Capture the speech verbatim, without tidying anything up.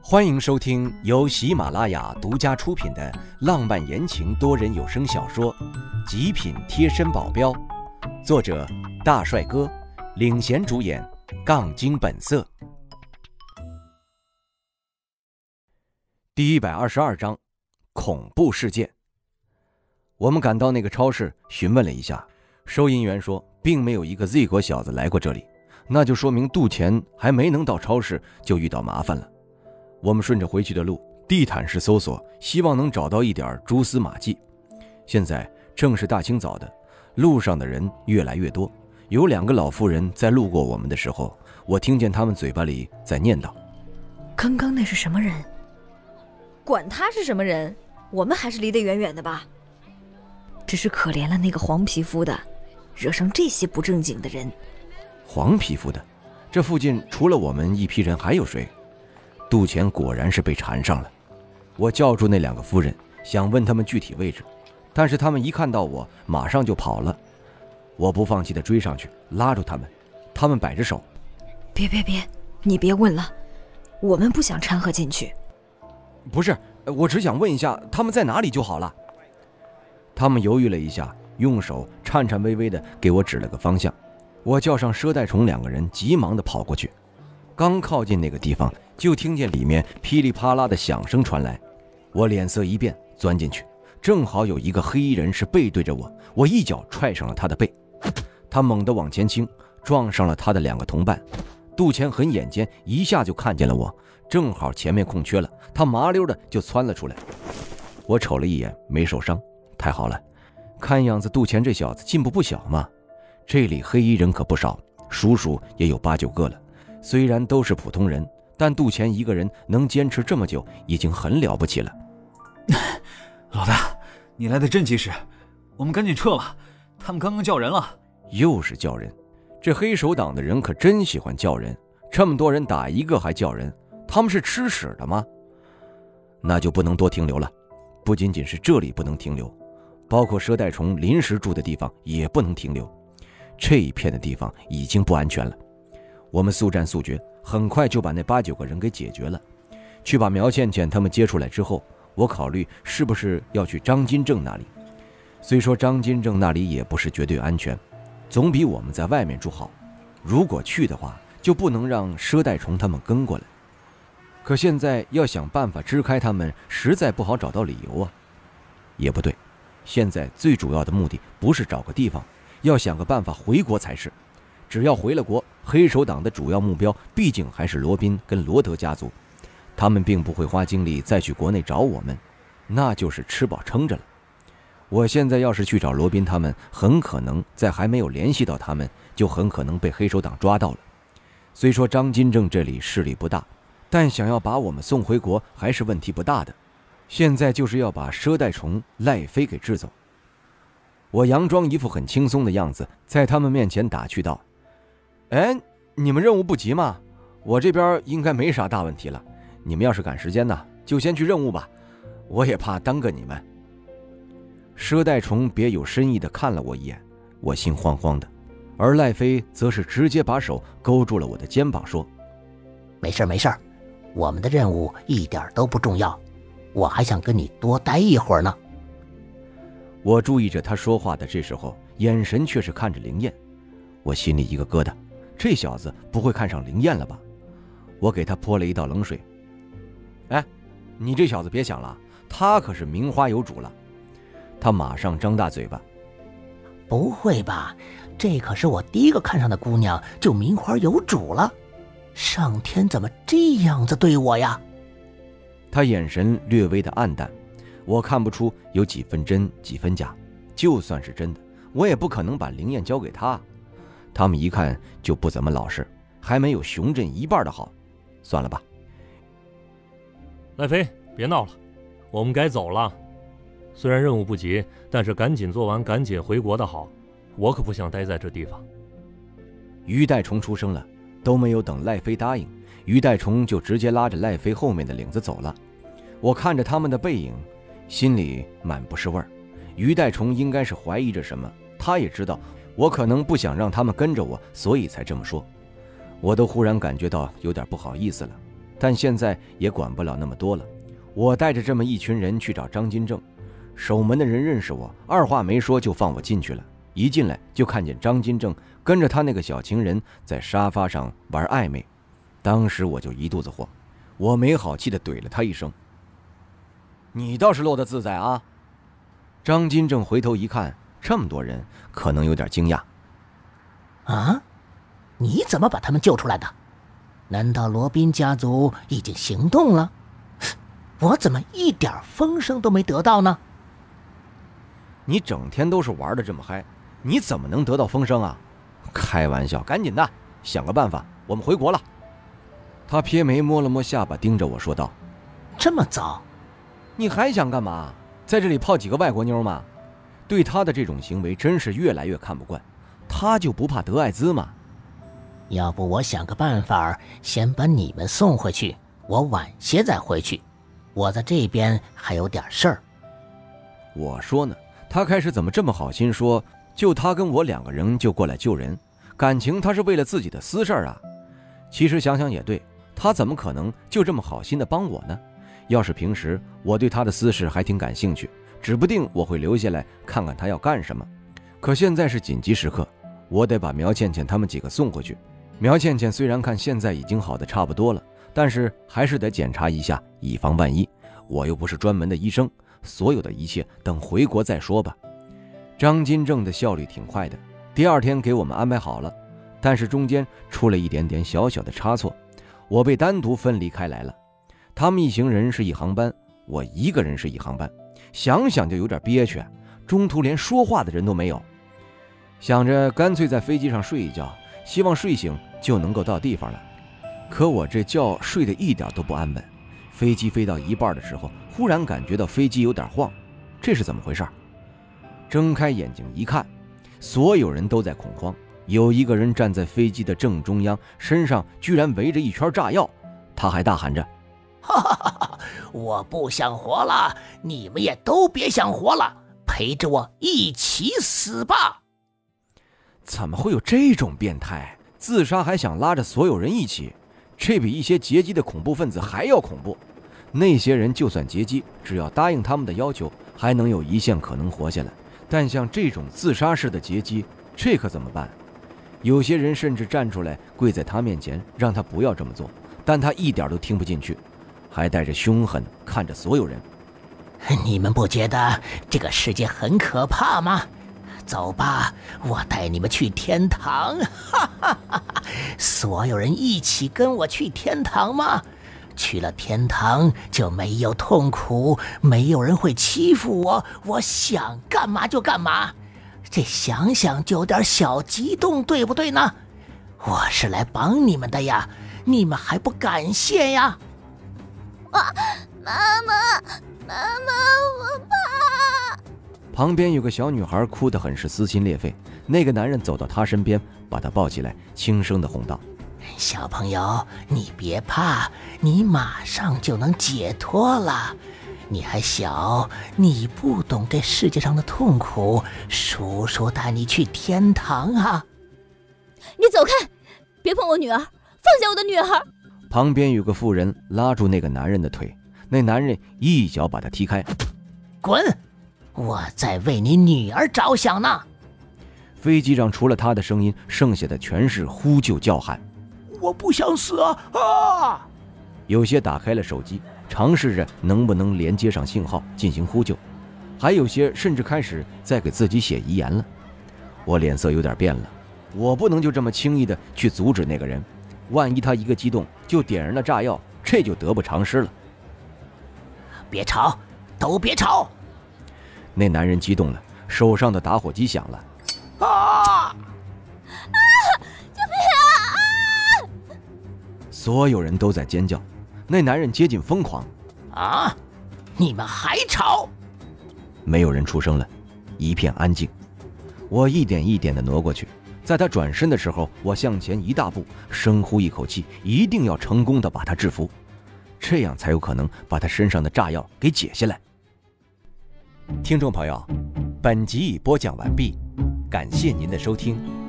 欢迎收听由喜马拉雅独家出品的浪漫言情多人有声小说《极品贴身保镖》，作者大帅哥，领衔主演杠精本色。第一百二十二章，恐怖事件。我们赶到那个超市询问了一下，收银员说并没有一个 Z 国小子来过这里，那就说明杜钱还没能到超市就遇到麻烦了。我们顺着回去的路地毯式搜索，希望能找到一点蛛丝马迹。现在正是大清早的，路上的人越来越多，有两个老妇人在路过我们的时候，我听见他们嘴巴里在念叨： 刚刚那是什么人？ 管他是什么人，我们还是离得远远的吧。 只是可怜了那个黄皮肤的，惹上这些不正经的人。 黄皮肤的？这附近除了我们一批人还有谁？杜钱果然是被缠上了。我叫住那两个夫人，想问他们具体位置，但是他们一看到我马上就跑了。我不放弃地追上去拉住他们，他们摆着手： 别别别，你别问了，我们不想掺和进去。 不是，我只想问一下他们在哪里就好了。他们犹豫了一下，用手颤颤巍巍地给我指了个方向。我叫上佘代虫两个人急忙地跑过去，刚靠近那个地方，就听见里面噼里啪啦的响声传来。我脸色一变，钻进去，正好有一个黑衣人是背对着我，我一脚踹上了他的背，他猛地往前倾，撞上了他的两个同伴。杜钱很眼尖，一下就看见了我，正好前面空缺了，他麻溜的就窜了出来。我瞅了一眼，没受伤，太好了，看样子杜钱这小子进步不小嘛。这里黑衣人可不少，数数也有八九个了。虽然都是普通人，但杜钱一个人能坚持这么久已经很了不起了。 老大，你来的真及时，我们赶紧撤吧，他们刚刚叫人了。 又是叫人，这黑手党的人可真喜欢叫人，这么多人打一个还叫人，他们是吃屎的吗？那就不能多停留了，不仅仅是这里不能停留，包括佘代虫临时住的地方也不能停留，这一片的地方已经不安全了。我们速战速决，很快就把那八九个人给解决了。去把苗倩倩他们接出来之后，我考虑是不是要去张金正那里。虽说张金正那里也不是绝对安全，总比我们在外面住好。如果去的话，就不能让佘代虫他们跟过来。可现在要想办法支开他们，实在不好找到理由啊。也不对，现在最主要的目的不是找个地方，要想个办法回国才是。只要回了国，黑手党的主要目标毕竟还是罗宾跟罗德家族，他们并不会花精力再去国内找我们，那就是吃饱撑着了。我现在要是去找罗宾他们，很可能在还没有联系到他们，就很可能被黑手党抓到了。虽说张金正这里势力不大，但想要把我们送回国还是问题不大的。现在就是要把佘代虫、赖飞给治走。我佯装一副很轻松的样子，在他们面前打趣道：哎，你们任务不急吗？我这边应该没啥大问题了，你们要是赶时间呢，就先去任务吧，我也怕耽搁你们。佘代虫别有深意地看了我一眼，我心慌慌的，而赖飞则是直接把手勾住了我的肩膀说： 没事没事，我们的任务一点都不重要，我还想跟你多待一会儿呢。 我注意着他说话的这时候，眼神却是看着灵燕，我心里一个疙瘩，这小子不会看上灵燕了吧？我给他泼了一道冷水。哎，你这小子别想了，他可是名花有主了。他马上张大嘴巴： 不会吧，这可是我第一个看上的姑娘就名花有主了，上天怎么这样子对我呀？ 他眼神略微的暗淡，我看不出有几分真几分假，就算是真的，我也不可能把灵燕交给他。他们一看就不怎么老实，还没有熊镇一半的好，算了吧。 赖飞，别闹了，我们该走了。虽然任务不急，但是赶紧做完赶紧回国的好，我可不想待在这地方。 于代虫出声了，都没有等赖飞答应，于代虫就直接拉着赖飞后面的领子走了。我看着他们的背影，心里满不是味儿。于代虫应该是怀疑着什么，他也知道我可能不想让他们跟着我，所以才这么说。我都忽然感觉到有点不好意思了。 但现在也管不了那么多了。我带着这么一群人去找张金正，守门的人认识我，二话没说就放我进去了。一进来就看见张金正跟着他那个小情人在沙发上玩暧昧，当时我就一肚子火，我没好气地怼了他一声：“你倒是落得自在啊！”张金正回头一看，这么多人，可能有点惊讶。 啊，你怎么把他们救出来的？难道罗宾家族已经行动了？我怎么一点风声都没得到呢？ 你整天都是玩得这么嗨，你怎么能得到风声啊？开玩笑，赶紧的，想个办法，我们回国了。他撇眉摸了摸下巴，盯着我说道：“ 这么早？ 你还想干嘛？在这里泡几个外国妞吗？”对他的这种行为真是越来越看不惯。他就不怕得艾滋吗？ 要不我想个办法，先把你们送回去，我晚些再回去。我在这边还有点事儿。 我说呢，他开始怎么这么好心说，就他跟我两个人就过来救人，感情他是为了自己的私事啊。其实想想也对，他怎么可能就这么好心的帮我呢？要是平时我对他的私事还挺感兴趣，指不定我会留下来看看他要干什么。可现在是紧急时刻，我得把苗倩倩他们几个送回去。苗倩倩虽然看现在已经好的差不多了，但是还是得检查一下，以防万一。我又不是专门的医生，所有的一切等回国再说吧。张金正的效率挺快的，第二天给我们安排好了，但是中间出了一点点小小的差错，我被单独分离开来了。他们一行人是一航班，我一个人是一航班，想想就有点憋屈，中途连说话的人都没有。想着干脆在飞机上睡一觉，希望睡醒就能够到地方了。可我这觉睡得一点都不安稳，飞机飞到一半的时候，忽然感觉到飞机有点晃，这是怎么回事？睁开眼睛一看，所有人都在恐慌，有一个人站在飞机的正中央，身上居然围着一圈炸药，他还大喊着：“ 哈哈哈哈！我不想活了，你们也都别想活了，陪着我一起死吧！” 怎么会有这种变态？自杀还想拉着所有人一起，这比一些劫机的恐怖分子还要恐怖。那些人就算劫机，只要答应他们的要求，还能有一线可能活下来。但像这种自杀式的劫机，这可怎么办？有些人甚至站出来跪在他面前，让他不要这么做，但他一点都听不进去，还带着凶狠看着所有人。 你们不觉得这个世界很可怕吗？走吧，我带你们去天堂！哈哈哈哈！所有人一起跟我去天堂吗？去了天堂就没有痛苦，没有人会欺负我，我想干嘛就干嘛。这想想就有点小激动，对不对呢？我是来帮你们的呀，你们还不感谢呀？ 啊，妈妈，妈妈，我怕。 旁边有个小女孩哭得很是撕心裂肺，那个男人走到她身边，把她抱起来，轻声地哄道：“ 小朋友，你别怕，你马上就能解脱了。你还小，你不懂这世界上的痛苦，叔叔带你去天堂啊！” 你走开，别碰我女儿，放下我的女儿！ 旁边有个妇人拉住那个男人的腿，那男人一脚把他踢开。 滚！我在为你女儿着想呢。 飞机上除了他的声音，剩下的全是呼救叫喊。 我不想死啊！啊！ 有些打开了手机，尝试着能不能连接上信号进行呼救，还有些甚至开始在给自己写遗言了。我脸色有点变了，我不能就这么轻易的去阻止那个人，万一他一个激动就点燃了炸药，这就得不偿失了。 别吵，都别吵！ 那男人激动了，手上的打火机响了。 啊！ 啊！救命啊！ 所有人都在尖叫，那男人接近疯狂。 啊！你们还吵！ 没有人出声了，一片安静。我一点一点地挪过去，在他转身的时候，我向前一大步，深呼一口气，一定要成功地把他制服，这样才有可能把他身上的炸药给解下来。听众朋友，本集已播讲完毕，感谢您的收听。